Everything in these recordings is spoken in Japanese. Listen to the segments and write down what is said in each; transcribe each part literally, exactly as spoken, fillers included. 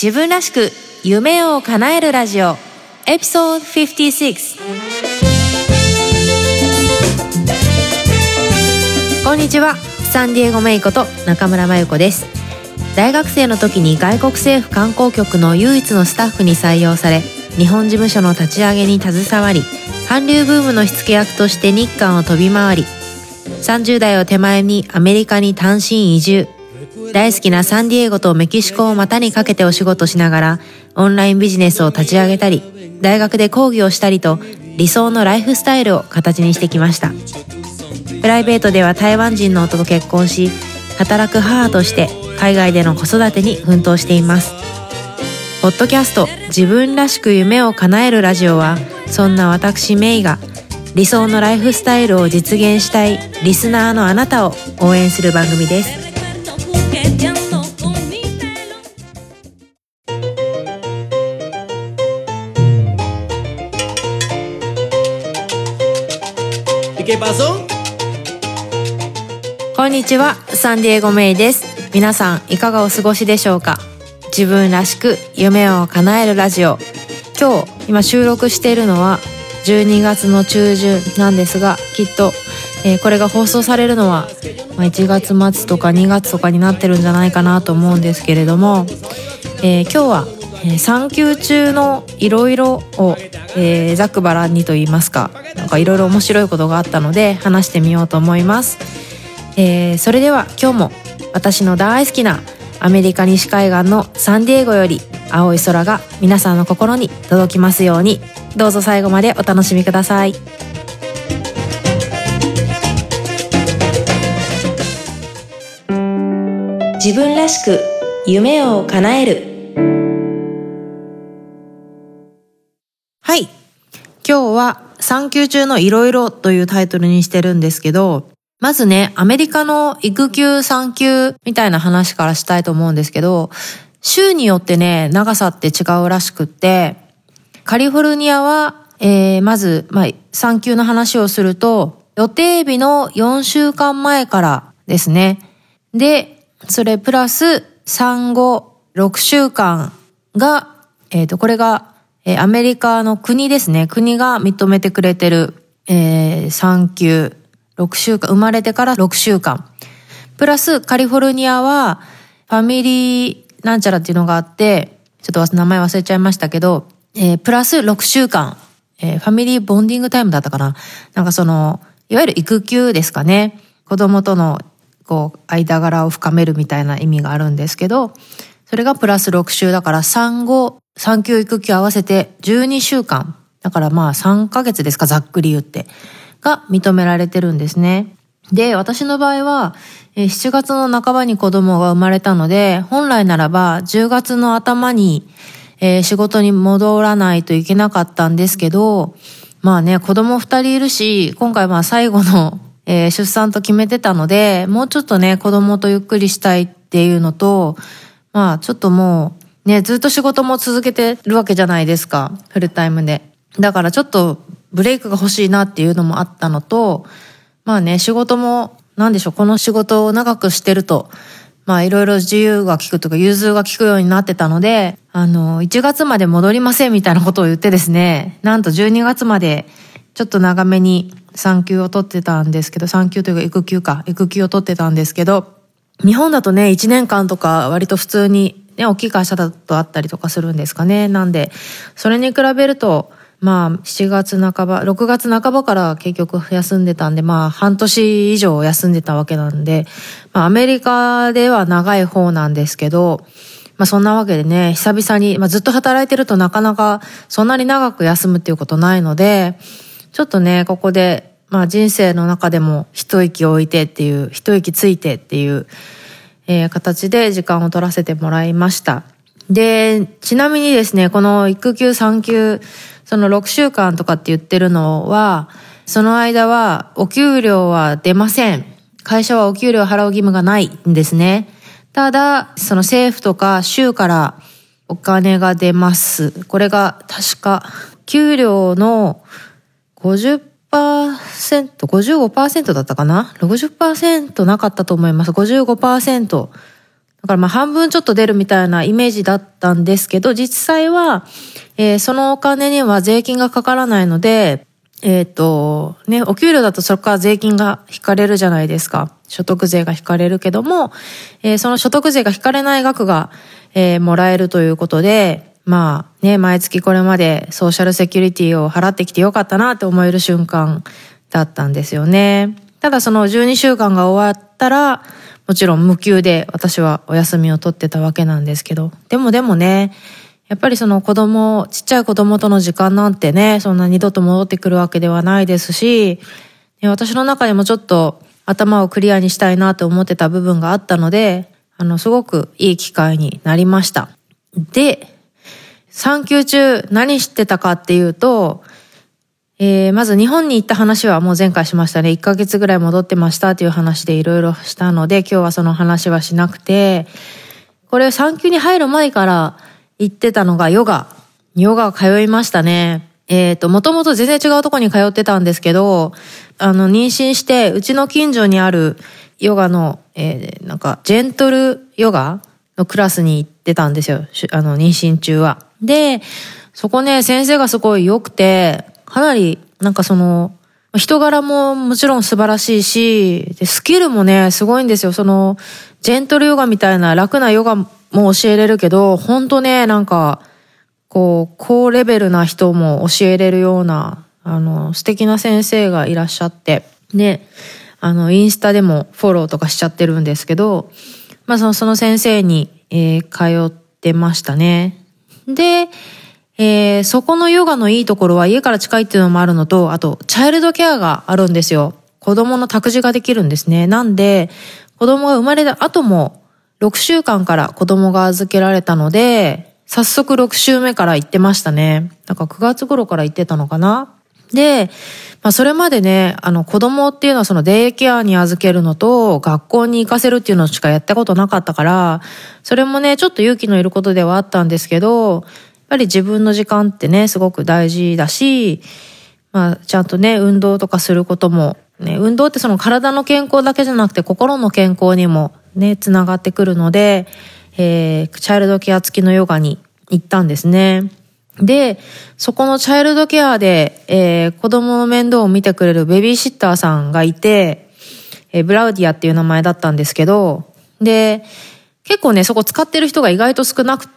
自分らしく夢を叶えるラジオエピソードごじゅうろく。こんにちは、サンディエゴメイこと中村真由子です。大学生の時に外国政府観光局の唯一のスタッフに採用され、日本事務所の立ち上げに携わり、韓流ブームの火付け役として日韓を飛び回り、さんじゅう代を手前にアメリカに単身移住。大好きなサンディエゴとメキシコを股にかけてお仕事しながら、オンラインビジネスを立ち上げたり、大学で講義をしたりと、理想のライフスタイルを形にしてきました。プライベートでは台湾人の夫と結婚し、働く母として海外での子育てに奮闘しています。ポッドキャスト自分らしく夢を叶えるラジオは、そんな私メイが理想のライフスタイルを実現したいリスナーのあなたを応援する番組です。こんにちは、サンディエゴメイです。皆さんいかがお過ごしでしょうか。自分らしく夢を叶えるラジオ、今日今収録しているのはじゅうにがつの中旬なんですが、きっと、えー、これが放送されるのは、まあ、いちがつ末とかにがつとかになってるんじゃないかなと思うんですけれども、えー、今日は、えー、産休中のいろいろを、えー、ざっくばらんにと言いますか、なんかいろいろ面白いことがあったので話してみようと思います。えー、それでは今日も私の大好きなアメリカ西海岸のサンディエゴより青い空が皆さんの心に届きますように、どうぞ最後までお楽しみください。自分らしく夢を叶える。はい、今日は産休中のいろいろというタイトルにしてるんですけど、まずね、アメリカの育休産休みたいな話からしたいと思うんですけど、州によってね、長さって違うらしくって、カリフォルニアは、えー、まず、まあ、産休の話をすると、予定日のよんしゅうかんまえからですね。で、それプラス産後ろくしゅうかんが、えっと、これが、えー、アメリカの国ですね。国が認めてくれてる、えー、産休。ろくしゅうかん、生まれてからろくしゅうかん。プラスカリフォルニアはファミリーなんちゃらっていうのがあって、ちょっと名前忘れちゃいましたけど、えー、プラスろくしゅうかん、えー、ファミリーボンディングタイムだったかな。なんかその、いわゆる育休ですかね。子供とのこう間柄を深めるみたいな意味があるんですけど、それがプラスろく週だから産後、産休育休合わせてじゅうにしゅうかん。だからまあさんかげつですか、ざっくり言って。が認められてるんですね。で、私の場合は、しちがつの半ばに子供が生まれたので、本来ならばじゅうがつの頭に、えー、仕事に戻らないといけなかったんですけど、まあね、子供ふたりいるし、今回まあ最後の、えー、出産と決めてたので、もうちょっとね、子供とゆっくりしたいっていうのと、まあちょっともう、ね、ずっと仕事も続けてるわけじゃないですか、フルタイムで。だからちょっと、ブレイクが欲しいなっていうのもあったのと、まあね、仕事も、なんでしょう、この仕事を長くしてると、まあいろいろ自由が利くとか融通が利くようになってたので、あの、いちがつまで戻りませんみたいなことを言ってですね、なんとじゅうにがつまでちょっと長めに産休を取ってたんですけど、産休というか育休か、育休を取ってたんですけど、日本だとね、いちねんかんとか割と普通にね、大きい会社だとあったりとかするんですかね。なんで、それに比べると、まあ、しちがつなかば、ろくがつなかばから結局休んでたんで、まあ、半年以上休んでたわけなんで、まあ、アメリカでは長い方なんですけど、まあ、そんなわけでね、久々に、まあ、ずっと働いてるとなかなかそんなに長く休むっていうことないので、ちょっとね、ここで、まあ、人生の中でも一息置いてっていう、一息ついてっていう、えー、形で時間を取らせてもらいました。で、ちなみにですね、この育休産休、そのろくしゅうかんとかって言ってるのは、その間はお給料は出ません。会社はお給料を払う義務がないんですね。ただ、その政府とか州からお金が出ます。これが確か、給料の ごじゅっパーセント、ごじゅうごパーセント だったかな ?ろくじゅっパーセント なかったと思います。ごじゅうごパーセントだからまあ半分ちょっと出るみたいなイメージだったんですけど、実際は、えー、そのお金には税金がかからないので、えっと、ね、お給料だとそこから税金が引かれるじゃないですか。所得税が引かれるけども、えー、その所得税が引かれない額が、えー、もらえるということで、まあね、毎月これまでソーシャルセキュリティを払ってきてよかったなって思える瞬間だったんですよね。ただそのじゅうにしゅうかんが終わったら、もちろん無給で私はお休みを取ってたわけなんですけど、でもでもね、やっぱりその子供、ちっちゃい子供との時間なんてね、そんな二度と戻ってくるわけではないですし、私の中でもちょっと頭をクリアにしたいなと思ってた部分があったので、あの、すごくいい機会になりました。で、産休中何してたかっていうと、えー、まず日本に行った話はもう前回しましたね。いっかげつぐらい戻ってましたっていう話でいろいろしたので、今日はその話はしなくて、これ産休に入る前から行ってたのがヨガ。ヨガ通いましたね。えっと、もともと全然違うとこに通ってたんですけど、あの、妊娠して、うちの近所にあるヨガの、えー、なんか、ジェントルヨガのクラスに行ってたんですよ。あの、妊娠中は。で、そこね、先生がすごい良くて、かなり、なんかその、人柄ももちろん素晴らしいし、でスキルもね、すごいんですよ。その、ジェントルヨガみたいな楽なヨガも教えれるけど、ほんとね、なんか、こう、高レベルな人も教えれるような、あの、素敵な先生がいらっしゃって、で、あの、インスタでもフォローとかしちゃってるんですけど、まあ、その、その先生に、えー、通ってましたね。で、えー、そこのヨガのいいところは家から近いっていうのもあるのと、あと、チャイルドケアがあるんですよ。子供の託児ができるんですね。なんで、子供が生まれた後も、ろくしゅうかんから子供が預けられたので、早速ろく週目から行ってましたね。だからくがつ頃から行ってたのかな。で、まあそれまでね、あの子供っていうのはそのデイケアに預けるのと学校に行かせるっていうのしかやったことなかったから、それもね、ちょっと勇気のいることではあったんですけど、やっぱり自分の時間ってね、すごく大事だし、まあちゃんとね、運動とかすることも、ね、運動ってその体の健康だけじゃなくて心の健康にもね、つながってくるので、えー、チャイルドケア付きのヨガに行ったんですね。で、そこのチャイルドケアで、えー、子供の面倒を見てくれるベビーシッターさんがいて、えー、ブラウディアっていう名前だったんですけど、で、結構ね、そこ使ってる人が意外と少なくって、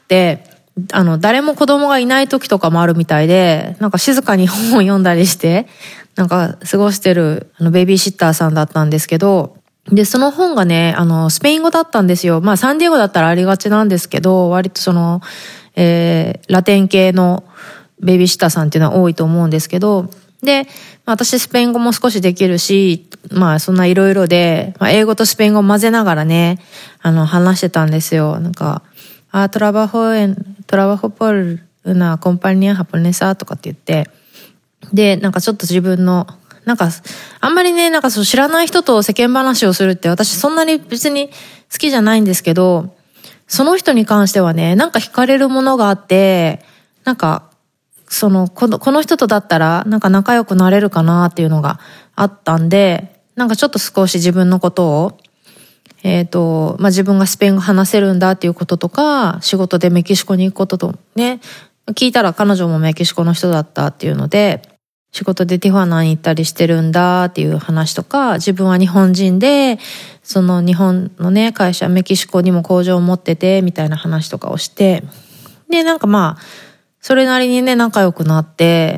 あの、誰も子供がいない時とかもあるみたいで、なんか静かに本を読んだりして、なんか過ごしてるあのベビーシッターさんだったんですけど、で、その本がね、あの、スペイン語だったんですよ。まあ、サンディエゴだったらありがちなんですけど、割とその、えー、ラテン系のベビーシッターさんっていうのは多いと思うんですけど、で、私スペイン語も少しできるし、まあ、そんないろいろで、まあ、英語とスペイン語を混ぜながらね、あの、話してたんですよ。なんか、あ、トラバホエン、トラバホポルなコンパニアハポネサとかって言って、で、なんかちょっと自分の、なんか、あんまりね、なんかそう知らない人と世間話をするって私そんなに別に好きじゃないんですけど、その人に関してはね、なんか惹かれるものがあって、なんか、その、この、この人とだったら、なんか仲良くなれるかなっていうのがあったんで、なんかちょっと少し自分のことを、えっと、まあ、自分がスペイン語話せるんだっていうこととか、仕事でメキシコに行くこととね、聞いたら彼女もメキシコの人だったっていうので、仕事でティファナに行ったりしてるんだっていう話とか、自分は日本人で、その日本のね、会社、メキシコにも工場を持ってて、みたいな話とかをして、で、なんかまあ、それなりにね、仲良くなって、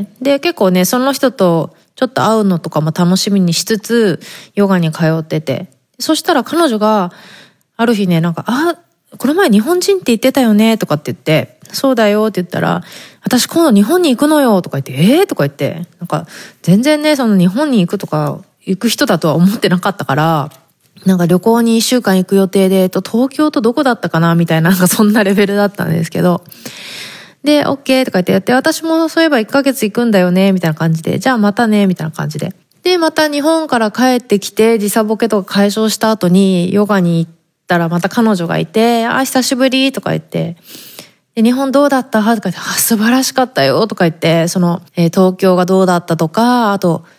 で、結構ね、その人とちょっと会うのとかも楽しみにしつつ、ヨガに通ってて、そしたら彼女が、ある日ね、なんか、あ、この前日本人って言ってたよね、とかって言って、そうだよって言ったら、私今度日本に行くのよとか言って、えーとか言って、なんか全然ね、その日本に行くとか、行く人だとは思ってなかったから、なんか旅行に一週間行く予定で、えっと、東京とどこだったかなみたいな、なんかそんなレベルだったんですけど、で、オッケーとか言ってやって、私もそういえばいっかげつ行くんだよね、みたいな感じで、じゃあまたね、みたいな感じで。で、また日本から帰ってきて、時差ボケとか解消した後に、ヨガに行ったらまた彼女がいて、あ、久しぶりとか言って、で、日本どうだったとか言って、あ、素晴らしかったよとか言って、その、えー、東京がどうだったとか、あと、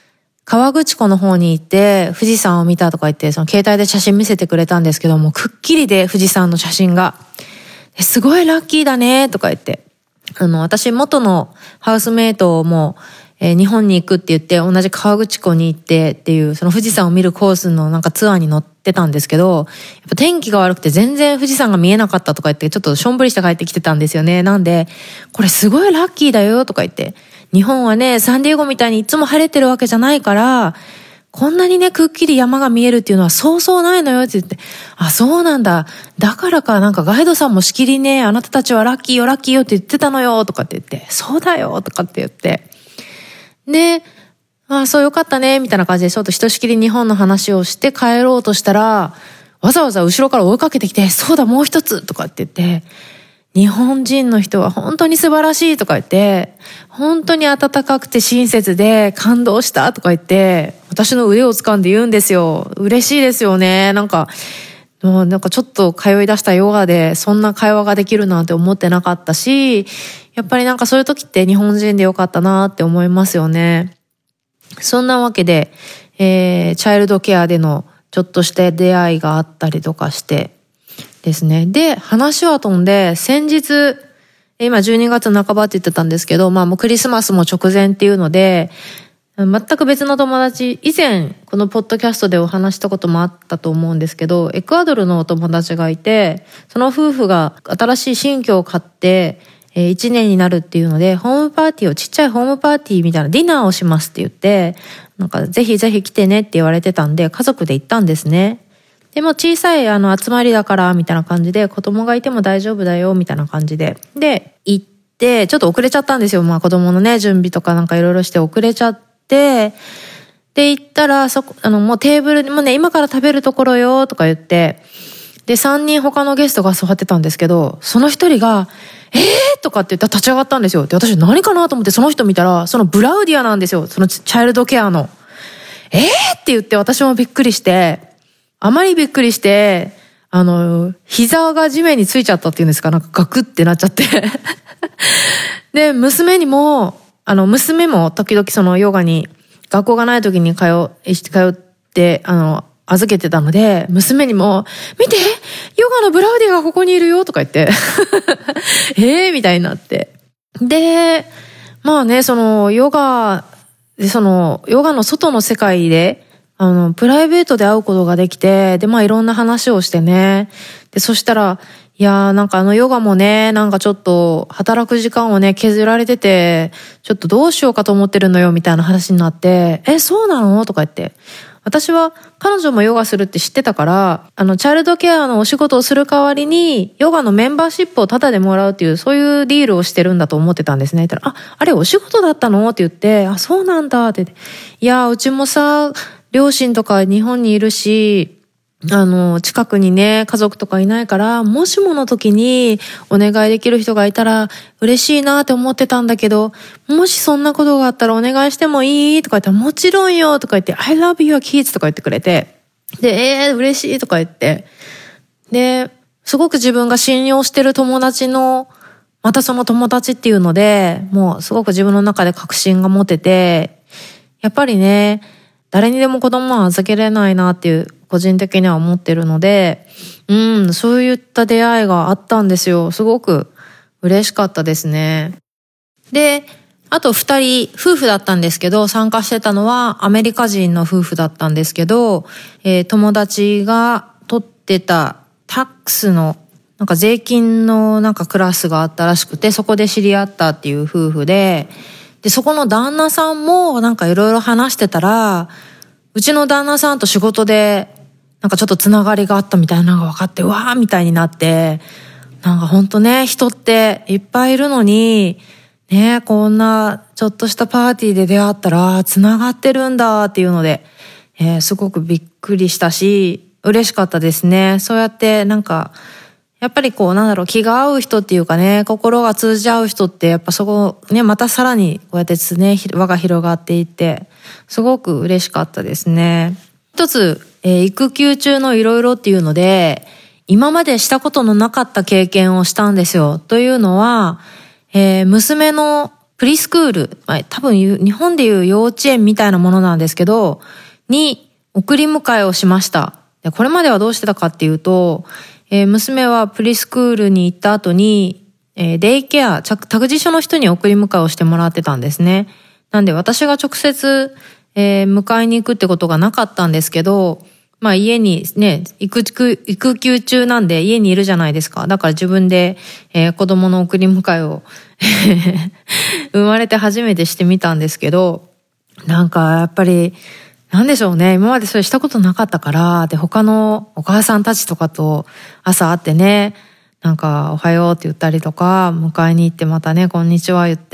河口湖の方に行って富士山を見たとか言って、その携帯で写真見せてくれたんですけども、くっきりで富士山の写真が。すごいラッキーだねとか言って。あの、私元のハウスメイトも、えー、日本に行くって言って同じ河口湖に行ってっていう、その富士山を見るコースのなんかツアーに乗ってたんですけど、やっぱ天気が悪くて全然富士山が見えなかったとか言って、ちょっとしょんぼりして帰ってきてたんですよね。なんで、これすごいラッキーだよとか言って。日本はね、サンディエゴみたいにいつも晴れてるわけじゃないから、こんなにね、くっきり山が見えるっていうのはそうそうないのよって言って、あ、そうなんだ。だからか、なんかガイドさんもしきりね、あなたたちはラッキーよ、ラッキーよって言ってたのよ、とかって言って、そうだよ、とかって言って。で、あ、そうよかったね、みたいな感じで、ちょっとひとしきり日本の話をして帰ろうとしたら、わざわざ後ろから追いかけてきて、そうだ、もう一つ、とかって言って、日本人の人は本当に素晴らしいとか言って、本当に温かくて親切で感動したとか言って、私の腕を掴んで言うんですよ。嬉しいですよね。なんか、もうなんかちょっと通い出したヨガでそんな会話ができるなんて思ってなかったし、やっぱりなんかそういう時って日本人でよかったなって思いますよね。そんなわけで、えー、チャイルドケアでのちょっとした出会いがあったりとかして、ですね。で、話は飛んで、先日、今じゅうにがつなかばって言ってたんですけど、まあもうクリスマスも直前っていうので、全く別の友達、以前このポッドキャストでお話したこともあったと思うんですけど、エクアドルのお友達がいて、その夫婦が新しい新居を買って、いちねんになるっていうので、ホームパーティーを、ちっちゃいホームパーティーみたいなディナーをしますって言って、なんかぜひぜひ来てねって言われてたんで、家族で行ったんですね。でも小さいあの集まりだからみたいな感じで、子供がいても大丈夫だよみたいな感じで。で、行って、ちょっと遅れちゃったんですよ。まあ子供のね、準備とかなんかいろいろして遅れちゃって、で、行ったら、そこ、あの、もうテーブルにもね、今から食べるところよとか言って、で、さんにん他のゲストが座ってたんですけど、その一人が、えーとかって言ったら立ち上がったんですよ。で、私何かなと思ってその人見たら、そのブラウディアなんですよ。そのチャイルドケアの。えーって言って私もびっくりして、あまりびっくりして、あの、膝が地面についちゃったっていうんですか、なんかガクってなっちゃって。で、娘にも、あの、娘も時々そのヨガに、学校がない時に通、通って、あの、預けてたので、娘にも、見てヨガのブラウディがここにいるよとか言って。えーみたいになって。で、まあね、その、ヨガ、で、その、ヨガの外の世界で、あの、プライベートで会うことができて、で、まあいろんな話をしてね。で、そしたら、いやーなんかあのヨガもね、なんかちょっと働く時間をね、削られてて、ちょっとどうしようかと思ってるのよ、みたいな話になって、え、そうなのとか言って。私は彼女もヨガするって知ってたから、あの、チャイルドケアのお仕事をする代わりに、ヨガのメンバーシップをタダでもらうっていう、そういうディールをしてるんだと思ってたんですね。言ったら、あ、あれお仕事だったのって言って、あ、そうなんだって言って。いやー、うちもさ、両親とか日本にいるし、あの、近くにね、家族とかいないから、もしもの時にお願いできる人がいたら嬉しいなって思ってたんだけど、もしそんなことがあったらお願いしてもいいとか言ったら、もちろんよとか言って、I love your kids とか言ってくれて、で、えー、嬉しいとか言って、で、すごく自分が信用してる友達の、またその友達っていうので、もうすごく自分の中で確信が持てて、やっぱりね、誰にでも子供は預けれないなっていう個人的には思ってるので、うん、そういった出会いがあったんですよ。すごく嬉しかったですね。で、あと二人、夫婦だったんですけど、参加してたのはアメリカ人の夫婦だったんですけど、えー、友達が取ってたタックスのなんか税金のなんかクラスがあったらしくて、そこで知り合ったっていう夫婦で、で、そこの旦那さんもなんかいろいろ話してたら、うちの旦那さんと仕事でなんかちょっとつながりがあったみたいなのが分かって、うわーみたいになって、なんかほんとね、人っていっぱいいるのに、ね、こんなちょっとしたパーティーで出会ったら、つながってるんだっていうので、えー、すごくびっくりしたし、嬉しかったですね。そうやってなんか、やっぱりこうなんだろう、気が合う人っていうかね、心が通じ合う人ってやっぱそこね、またさらにこうやってね、輪が広がっていって、すごく嬉しかったですね。一つ、えー、育休中のいろいろっていうので、今までしたことのなかった経験をしたんですよ。というのは、えー、娘のプリスクール、まあ、多分日本でいう幼稚園みたいなものなんですけど、に送り迎えをしました。でこれまではどうしてたかっていうと、えー、娘はプリスクールに行った後に、えー、デイケア、託児所の人に送り迎えをしてもらってたんですね。なんで私が直接、えー、迎えに行くってことがなかったんですけど、まあ家にね、育休、育休中なんで家にいるじゃないですか。だから自分で、えー、子供の送り迎えを生まれて初めてしてみたんですけど、なんかやっぱり、なんでしょうね。今までそれしたことなかったから、で、他のお母さんたちとかと朝会ってね、なんかおはようって言ったりとか、迎えに行ってまたね、こんにちは言って、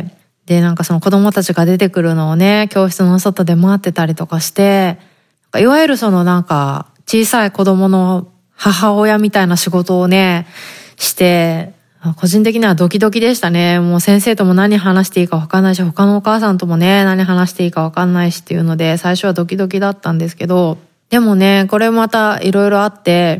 で、なんかその子供たちが出てくるのをね、教室の外で待ってたりとかして、いわゆるそのなんか小さい子供の母親みたいな仕事をね、して、個人的にはドキドキでしたね。もう先生とも何話していいか分かんないし、他のお母さんともね、何話していいか分かんないしっていうので、最初はドキドキだったんですけど、でもね、これまたいろいろあって、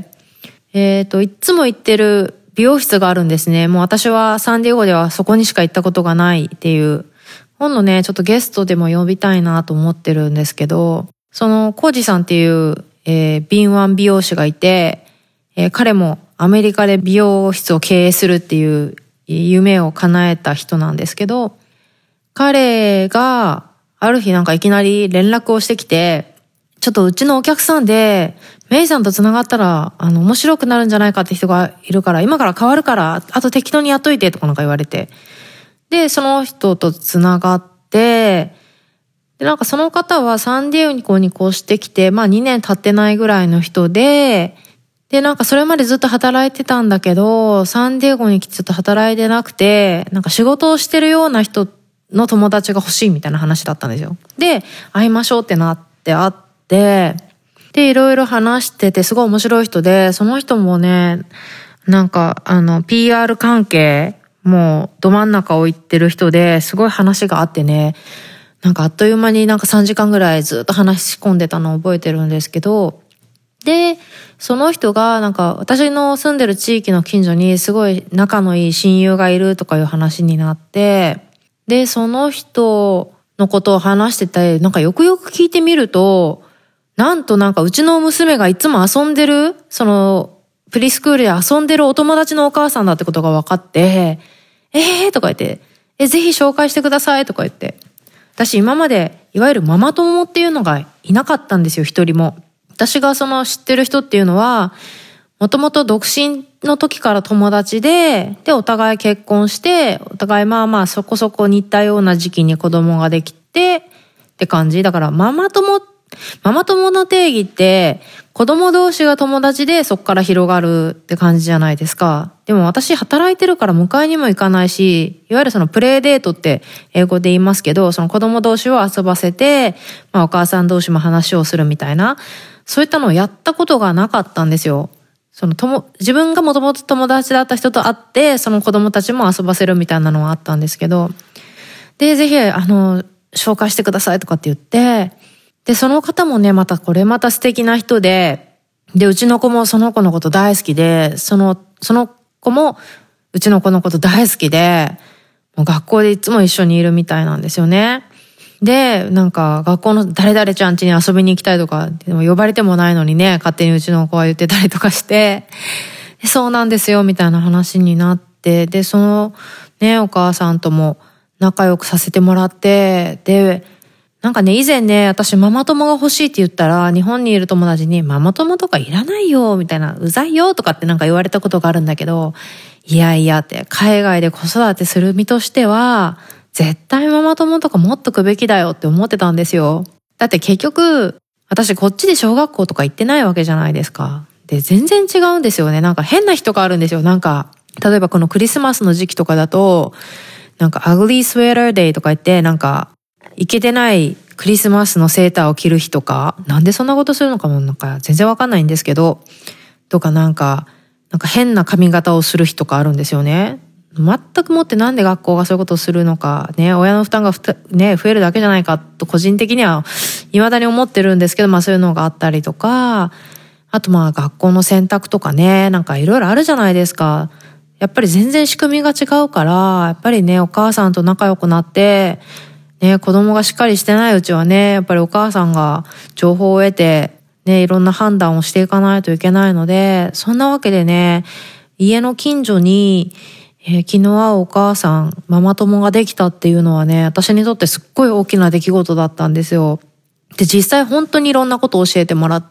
えっと、いつも行ってる美容室があるんですね。もう私はサンディエゴではそこにしか行ったことがないっていう、今度ね、ちょっとゲストでも呼びたいなと思ってるんですけど、そのコージさんっていう、えー、敏腕美容師がいて、えー、彼もアメリカで美容室を経営するっていう夢を叶えた人なんですけど、彼がある日なんかいきなり連絡をしてきて、ちょっとうちのお客さんでメイさんと繋がったらあの面白くなるんじゃないかって人がいるから、今から変わるからあと適当にやっといてとかなんか言われて、でその人と繋がって、でなんかその方はサンディエゴに越してきて、まあにねん経ってないぐらいの人で、で、なんかそれまでずっと働いてたんだけど、サンディエゴに来てちょっと働いてなくて、なんか仕事をしてるような人の友達が欲しいみたいな話だったんですよ。で、会いましょうってなって会って、で、いろいろ話しててすごい面白い人で、その人もね、なんかあの ピーアール 関係、もうど真ん中を行ってる人ですごい話があってね、なんかあっという間になんかさんじかんぐらいずっと話し込んでたのを覚えてるんですけど、で、その人がなんか私の住んでる地域の近所にすごい仲のいい親友がいるとかいう話になって、で、その人のことを話してて、なんかよくよく聞いてみると、なんとなんかうちの娘がいつも遊んでる、そのプリスクールで遊んでるお友達のお母さんだってことが分かって、えーとか言って、え、ぜひ紹介してくださいとか言って。私今までいわゆるママ友っていうのがいなかったんですよ、一人も。私がその知ってる人っていうのは、もともと独身の時から友達で、で、お互い結婚して、お互いまあまあそこそこ似たような時期に子供ができて、って感じ。だからママ友、ママ友の定義って、子供同士が友達でそこから広がるって感じじゃないですか。でも私働いてるから迎えにも行かないし、いわゆるそのプレイデートって英語で言いますけど、その子供同士を遊ばせて、まあお母さん同士も話をするみたいな、そういったのをやったことがなかったんですよ。その友、自分がもともと友達だった人と会って、その子供たちも遊ばせるみたいなのはあったんですけど、で、ぜひ、あの、紹介してくださいとかって言って、で、その方もね、またこれまた素敵な人で、で、うちの子もその子のこと大好きで、その、その子もうちの子のこと大好きで、もう学校でいつも一緒にいるみたいなんですよね。で、なんか学校の誰々ちゃん家に遊びに行きたいとか、でも呼ばれてもないのにね、勝手にうちの子は言ってたりとかして、そうなんですよみたいな話になって、で、そのね、お母さんとも仲良くさせてもらって、で、なんかね、以前ね、私ママ友が欲しいって言ったら、日本にいる友達にママ友とかいらないよ、みたいな、うざいよとかってなんか言われたことがあるんだけど、いやいやって、海外で子育てする身としては、絶対ママ友とか持っとくべきだよって思ってたんですよ。だって結局、私こっちで小学校とか行ってないわけじゃないですか。で、全然違うんですよね。なんか変な人があるんですよ。なんか、例えばこのクリスマスの時期とかだと、なんかアグリースウェーターデイとか言って、なんか、イケてないクリスマスのセーターを着る日とか、なんでそんなことするのかもなんか全然わかんないんですけど、とかなんか、なんか変な髪型をする日とかあるんですよね。全くもってなんで学校がそういうことをするのか、ね、親の負担がふた、ね、増えるだけじゃないかと個人的には未だに思ってるんですけど、まあそういうのがあったりとか、あとまあ学校の選択とかね、なんかいろいろあるじゃないですか。 やっぱり全然仕組みが違うから、やっぱりね、お母さんと仲良くなって、ね、子供がしっかりしてないうちはね、やっぱりお母さんが情報を得て、ね、いろんな判断をしていかないといけないので、そんなわけでね、家の近所に、えー、気の合うお母さん、ママ友ができたっていうのはね、私にとってすっごい大きな出来事だったんですよ。で、実際本当にいろんなことを教えてもらって、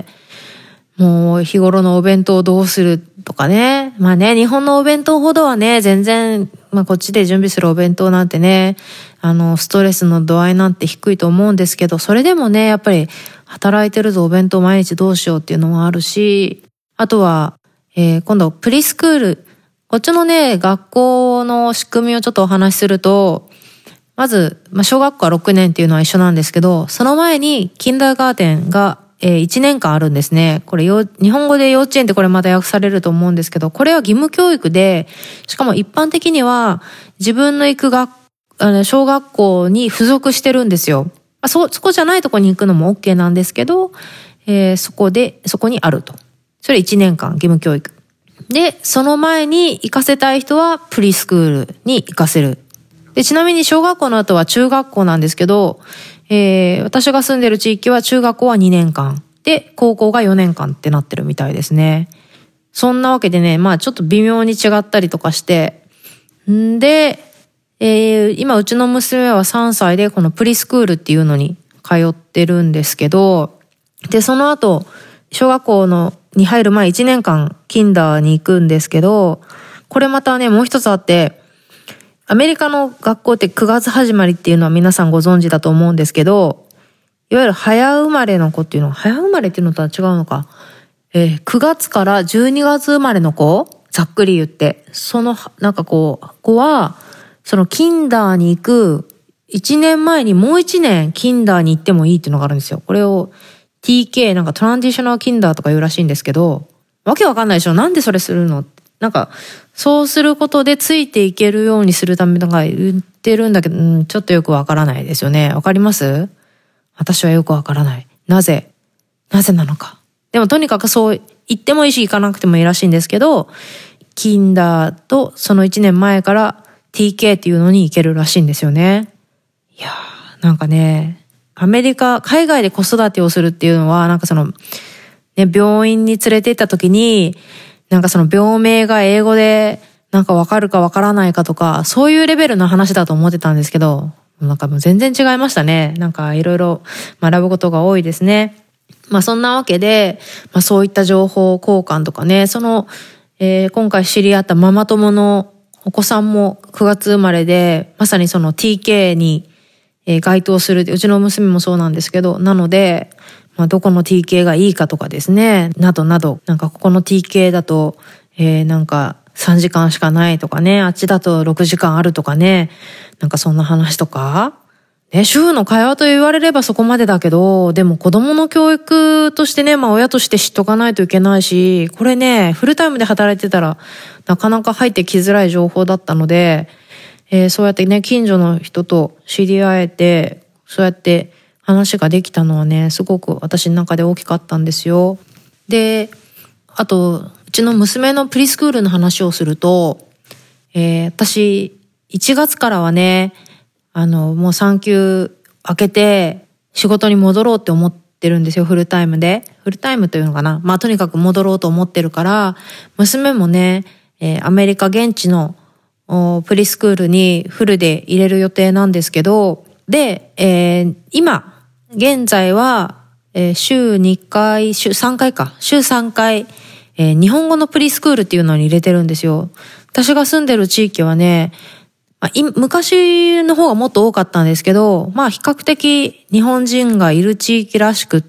もう日頃のお弁当をどうするとかね。まあね、日本のお弁当ほどはね、全然、まあこっちで準備するお弁当なんてね、あの、ストレスの度合いなんて低いと思うんですけど、それでもね、やっぱり働いてるぞお弁当毎日どうしようっていうのもあるし、あとは、えー、今度プリスクール。こっちのね、学校の仕組みをちょっとお話しすると、まず、まあ小学校はろくねんっていうのは一緒なんですけど、その前にキンダーガーテンがえー、いちねんかんあるんですね。これよ、日本語で幼稚園ってこれまた訳されると思うんですけど、これは義務教育で、しかも一般的には自分の行く学、あの、小学校に付属してるんですよ。まあ、そ、そこじゃないとこに行くのも OK なんですけど、えー、そこで、そこにあると。それいちねんかん義務教育。で、その前に行かせたい人はプリスクールに行かせる。で、ちなみに小学校の後は中学校なんですけど、えー、私が住んでる地域は中学校はにねんかんで高校がよねんかんってなってるみたいですね。そんなわけでね、まあちょっと微妙に違ったりとかして、んで、えー、今うちの娘はさんさいでこのプリスクールっていうのに通ってるんですけど、で、その後、小学校のに入る前いちねんかんキンダーに行くんですけど、これまたね、もう一つあって、アメリカの学校ってくがつ始まりっていうのは皆さんご存知だと思うんですけど、いわゆる早生まれの子っていうのは、早生まれっていうのとは違うのか。えー、くがつからじゅうにがつ生まれの子、ざっくり言って、その、なんかこう、子は、そのキンダーに行くいちねんまえにもういちねんキンダーに行ってもいいっていうのがあるんですよ。これを ティーケー、なんかトランジショナルキンダーとか言うらしいんですけど、わけわかんないでしょ。なんでそれするの？なんか、そうすることでついていけるようにするためとか言ってるんだけど、うん、ちょっとよくわからないですよね。わかります？私はよくわからない。なぜ？なぜなのか。でもとにかくそう言ってもいいし行かなくてもいいらしいんですけど、キンダーとそのいちねんまえから ティーケー っていうのに行けるらしいんですよね。いやー、なんかね、アメリカ、海外で子育てをするっていうのは、なんかその、ね、病院に連れて行った時に、なんかその病名が英語でなんかわかるかわからないかとか、そういうレベルの話だと思ってたんですけど、なんかもう全然違いましたね。なんかいろいろ学ぶことが多いですね。まあそんなわけで、まあそういった情報交換とかね、その、えー、今回知り合ったママ友のお子さんもくがつ生まれで、まさにその ティーケー に該当する、うちの娘もそうなんですけど、なので、まあ、どこの ティーケー がいいかとかですね、などなど、なんかここの ティーケー だと、えー、なんかさんじかんしかないとかね、あっちだとろくじかんあるとかね、なんかそんな話とか、ね、主婦の会話と言われればそこまでだけど、でも子供の教育としてね、まあ親として知っとかないといけないし、これね、フルタイムで働いてたらなかなか入ってきづらい情報だったので、えー、そうやってね、近所の人と知り合えて、そうやって話ができたのはね、すごく私の中で大きかったんですよ。で、あと、うちの娘のプリスクールの話をすると、えー、私、いちがつからはね、あの、もう産休明けて仕事に戻ろうって思ってるんですよ、フルタイムで。フルタイムというのかな。まあ、とにかく戻ろうと思ってるから、娘もね、えー、アメリカ現地のプリスクールにフルで入れる予定なんですけど、で、えー、今、現在は、えー、週にかい、週さんかいか、週さんかい、えー、日本語のプリスクールっていうのに入れてるんですよ。私が住んでる地域はね、まあ、昔の方がもっと多かったんですけど、まあ比較的日本人がいる地域らしくって、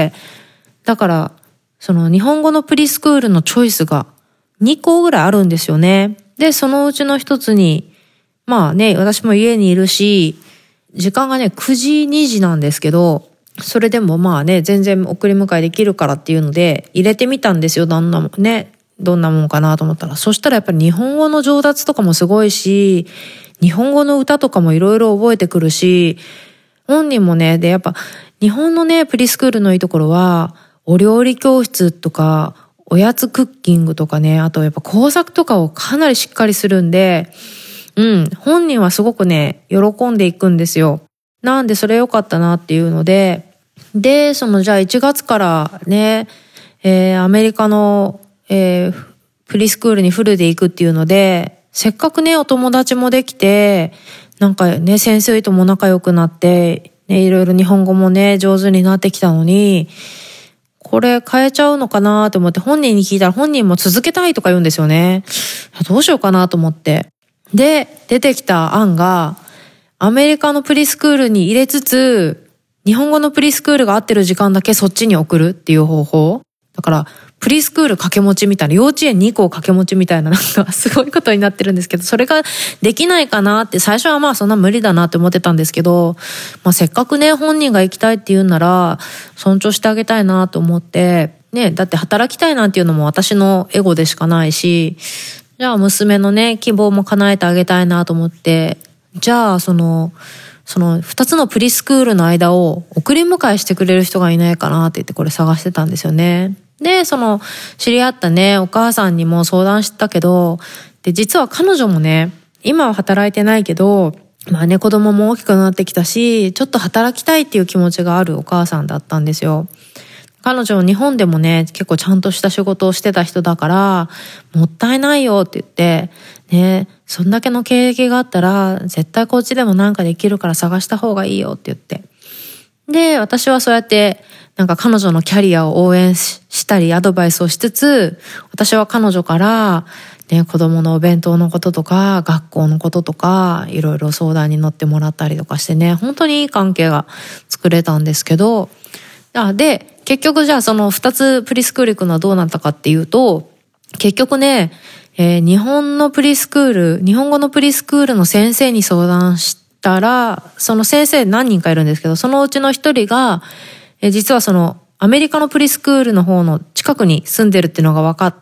だから、その日本語のプリスクールのチョイスがにこぐらいあるんですよね。で、そのうちの一つに、まあね、私も家にいるし、時間がね、くじ、にじなんですけど、それでもまあね、全然送り迎えできるからっていうので、入れてみたんですよ、どんなもんね。どんなもんかなと思ったら。そしたらやっぱり日本語の上達とかもすごいし、日本語の歌とかもいろいろ覚えてくるし、本人もね、で、やっぱ日本のね、プリスクールのいいところは、お料理教室とか、 おやつクッキングとかね、あとやっぱ工作とかをかなりしっかりするんで、うん、本人はすごくね、喜んでいくんですよ。なんでそれ良かったなっていうので、で、そのじゃあいちがつからね、えー、アメリカの、えー、プリスクールにフルで行くっていうので、せっかくね、お友達もできて、なんかね、先生とも仲良くなって、ね、いろいろ日本語もね、上手になってきたのに、これ変えちゃうのかなと思って本人に聞いたら本人も続けたいとか言うんですよね。どうしようかなと思って。で、出てきた案が、アメリカのプリスクールに入れつつ、日本語のプリスクールが合ってる時間だけそっちに送るっていう方法。だから、プリスクール掛け持ちみたいな、幼稚園にこ掛け持ちみたいな、なんかすごいことになってるんですけど、それができないかなって、最初はまあそんな無理だなって思ってたんですけど、まあせっかくね、本人が行きたいって言うなら、尊重してあげたいなと思って、ね、だって働きたいなんていうのも私のエゴでしかないし、じゃあ娘のね、希望も叶えてあげたいなと思って、じゃあその、その二つのプリスクールの間を送り迎えしてくれる人がいないかなって言ってこれ探してたんですよね。で、その知り合ったね、お母さんにも相談したけど、で、実は彼女もね、今は働いてないけど、まあね、子供も大きくなってきたし、ちょっと働きたいっていう気持ちがあるお母さんだったんですよ。彼女日本でもね、結構ちゃんとした仕事をしてた人だから、もったいないよって言って、ね、そんだけの経歴があったら、絶対こっちでもなんかできるから探した方がいいよって言って。で、私はそうやって、なんか彼女のキャリアを応援したりアドバイスをしつつ、私は彼女から、ね、子供のお弁当のこととか、学校のこととか、いろいろ相談に乗ってもらったりとかしてね、本当にいい関係が作れたんですけど、で、結局じゃあその二つプリスクール行くのはどうなったかっていうと、結局ね、えー、日本のプリスクール、日本語のプリスクールの先生に相談したら、その先生何人かいるんですけど、そのうちの一人が、えー、実はそのアメリカのプリスクールの方の近くに住んでるっていうのが分かって、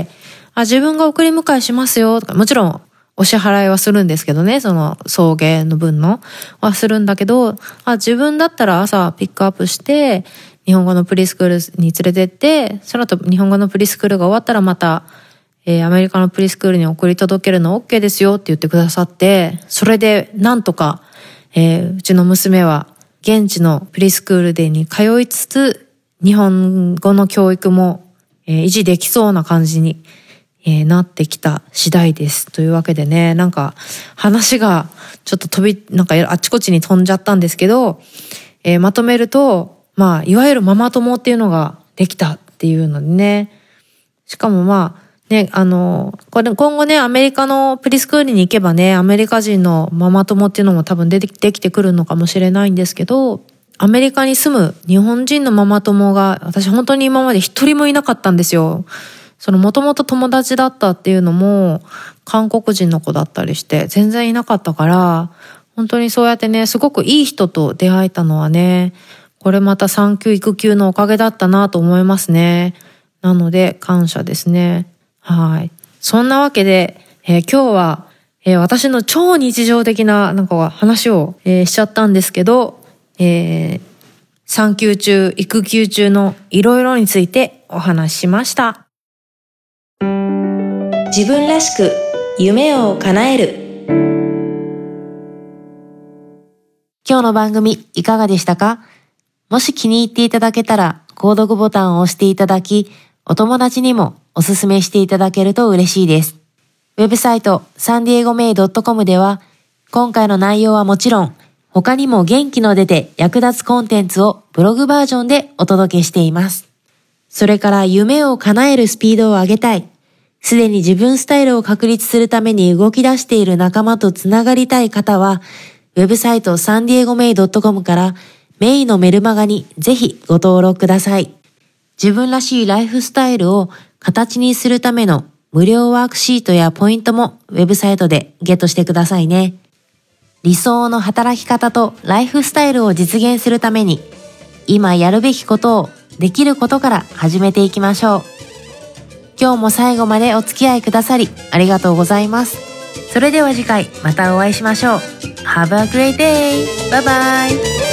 あ、自分が送り迎えしますよとか、もちろんお支払いはするんですけどね、その送迎の分のはするんだけど、あ、自分だったら朝ピックアップして、日本語のプリスクールに連れてって、その後日本語のプリスクールが終わったらまた、えー、アメリカのプリスクールに送り届けるの OK ですよって言ってくださって、それでなんとか、えー、うちの娘は現地のプリスクールでに通いつつ、日本語の教育も、えー、維持できそうな感じに、えー、なってきた次第です。というわけでね、なんか話がちょっと飛び、なんかあっちこっちに飛んじゃったんですけど、えー、まとめると、まあ、いわゆるママ友っていうのができたっていうのでね。しかもまあ、ね、あの、これ今後ね、アメリカのプリスクールに行けばね、アメリカ人のママ友っていうのも多分出てできてくるのかもしれないんですけど、アメリカに住む日本人のママ友が、私本当に今まで一人もいなかったんですよ。そのもともと友達だったっていうのも、韓国人の子だったりして、全然いなかったから、本当にそうやってね、すごくいい人と出会えたのはね、これまた産休育休のおかげだったなと思いますね。なので感謝ですね。はい。そんなわけで、えー、今日は、えー、私の超日常的ななんか話を、えー、しちゃったんですけど、えー、産休中、育休中のいろいろについてお話ししました。 自分らしく夢を叶える。 今日の番組いかがでしたか？もし気に入っていただけたら、購読ボタンを押していただき、お友達にもおすすめしていただけると嬉しいです。ウェブサイトサンディエゴメイドットコムでは、今回の内容はもちろん、他にも元気の出て役立つコンテンツをブログバージョンでお届けしています。それから夢を叶えるスピードを上げたい、すでに自分スタイルを確立するために動き出している仲間とつながりたい方は、ウェブサイトサンディエゴメイドットコムからメイのメルマガにぜひご登録ください。自分らしいライフスタイルを形にするための無料ワークシートやポイントもウェブサイトでゲットしてくださいね。理想の働き方とライフスタイルを実現するために、今やるべきことをできることから始めていきましょう。今日も最後までお付き合いくださりありがとうございます。それでは次回またお会いしましょう。Have a great day! Bye bye!